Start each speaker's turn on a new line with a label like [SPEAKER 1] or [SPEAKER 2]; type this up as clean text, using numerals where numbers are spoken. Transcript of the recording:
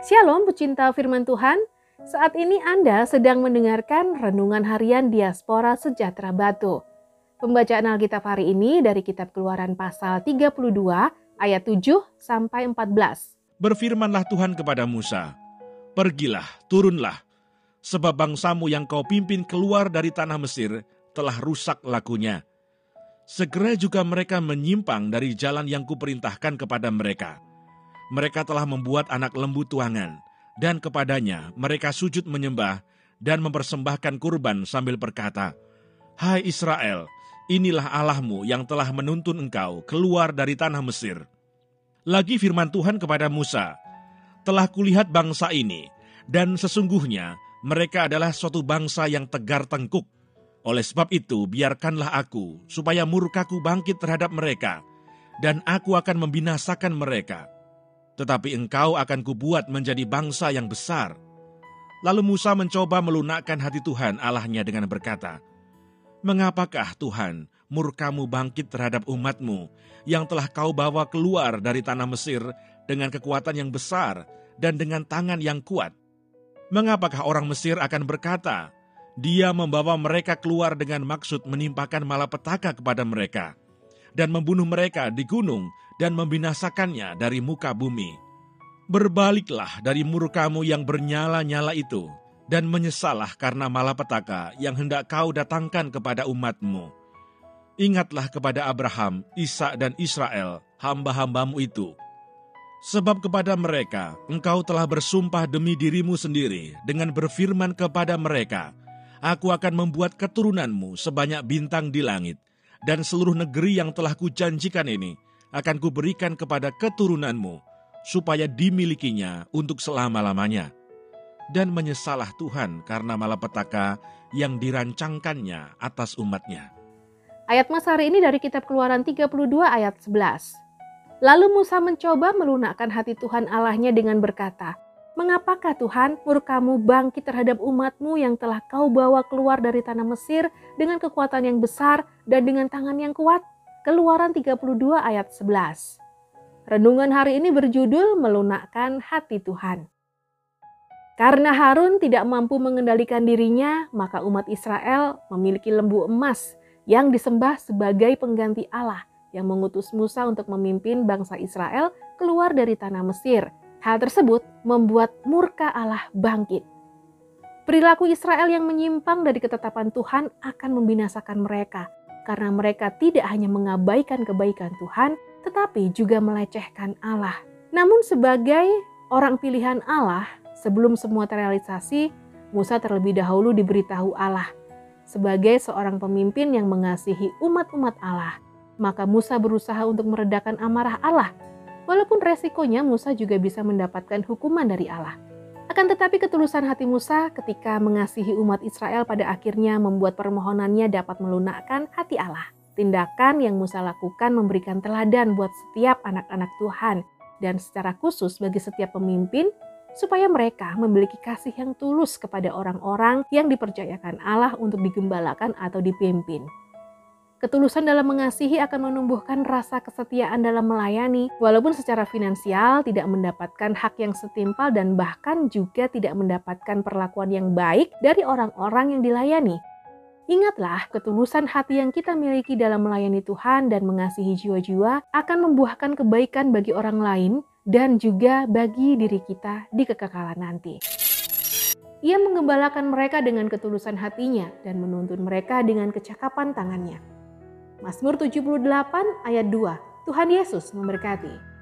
[SPEAKER 1] Shalom pecinta firman Tuhan, saat ini Anda sedang mendengarkan Renungan Harian Diaspora Sejahtera Batu. Pembacaan Alkitab hari ini dari kitab Keluaran pasal 32 ayat 7 sampai 14.
[SPEAKER 2] Berfirmanlah Tuhan kepada Musa, "Pergilah, turunlah, sebab bangsamu yang kau pimpin keluar dari tanah Mesir telah rusak lakunya. Segera juga mereka menyimpang dari jalan yang kuperintahkan kepada mereka. Mereka telah membuat anak lembu tuangan, dan kepadanya mereka sujud menyembah dan mempersembahkan kurban sambil berkata, 'Hai Israel, inilah Allahmu yang telah menuntun engkau keluar dari tanah Mesir.' Lagi firman Tuhan kepada Musa, 'Telah kulihat bangsa ini, dan sesungguhnya mereka adalah suatu bangsa yang tegar tengkuk. Oleh sebab itu, biarkanlah aku, supaya murkaku bangkit terhadap mereka, dan aku akan membinasakan mereka. Tetapi engkau akan kubuat menjadi bangsa yang besar.' Lalu Musa mencoba melunakkan hati Tuhan Allahnya dengan berkata, 'Mengapakah Tuhan murkamu bangkit terhadap umatmu yang telah kau bawa keluar dari tanah Mesir dengan kekuatan yang besar dan dengan tangan yang kuat? Mengapakah orang Mesir akan berkata, Dia membawa mereka keluar dengan maksud menimpakan malapetaka kepada mereka dan membunuh mereka di gunung dan membinasakannya dari muka bumi? Berbaliklah dari murkamu yang bernyala-nyala itu, dan menyesallah karena malapetaka yang hendak kau datangkan kepada umatmu. Ingatlah kepada Abraham, Ishak dan Israel, hamba-hambamu itu. Sebab kepada mereka engkau telah bersumpah demi dirimu sendiri dengan berfirman kepada mereka, Aku akan membuat keturunanmu sebanyak bintang di langit, dan seluruh negeri yang telah kujanjikan ini akan kuberikan kepada keturunanmu, supaya dimilikinya untuk selama-lamanya. Dan menyesalah Tuhan karena malapetaka yang dirancangkannya atas umatnya."
[SPEAKER 1] Ayat Mas hari ini dari kitab Keluaran 32 ayat 11. Lalu Musa mencoba melunakkan hati Tuhan Allahnya dengan berkata, "Mengapakah Tuhan murkamu bangkit terhadap umatmu yang telah kau bawa keluar dari tanah Mesir dengan kekuatan yang besar dan dengan tangan yang kuat?" Keluaran 32 ayat 11. Renungan hari ini berjudul Melunakkan Hati Tuhan. Karena Harun tidak mampu mengendalikan dirinya, maka umat Israel memiliki lembu emas yang disembah sebagai pengganti Allah yang mengutus Musa untuk memimpin bangsa Israel keluar dari tanah Mesir. Hal tersebut membuat murka Allah bangkit. Perilaku Israel yang menyimpang dari ketetapan Tuhan akan membinasakan mereka, karena mereka tidak hanya mengabaikan kebaikan Tuhan, tetapi juga melecehkan Allah. Namun sebagai orang pilihan Allah, sebelum semua terrealisasi, Musa terlebih dahulu diberitahu Allah. Sebagai seorang pemimpin yang mengasihi umat-umat Allah, maka Musa berusaha untuk meredakan amarah Allah. Walaupun resikonya Musa juga bisa mendapatkan hukuman dari Allah. Akan tetapi ketulusan hati Musa ketika mengasihi umat Israel pada akhirnya membuat permohonannya dapat melunakkan hati Allah. Tindakan yang Musa lakukan memberikan teladan buat setiap anak-anak Tuhan dan secara khusus bagi setiap pemimpin supaya mereka memiliki kasih yang tulus kepada orang-orang yang dipercayakan Allah untuk digembalakan atau dipimpin. Ketulusan dalam mengasihi akan menumbuhkan rasa kesetiaan dalam melayani, walaupun secara finansial tidak mendapatkan hak yang setimpal dan bahkan juga tidak mendapatkan perlakuan yang baik dari orang-orang yang dilayani. Ingatlah, ketulusan hati yang kita miliki dalam melayani Tuhan dan mengasihi jiwa-jiwa akan membuahkan kebaikan bagi orang lain dan juga bagi diri kita di kekekalan nanti. Ia menggembalakan mereka dengan ketulusan hatinya dan menuntun mereka dengan kecakapan tangannya. Mazmur 78 ayat 2. Tuhan Yesus memberkati.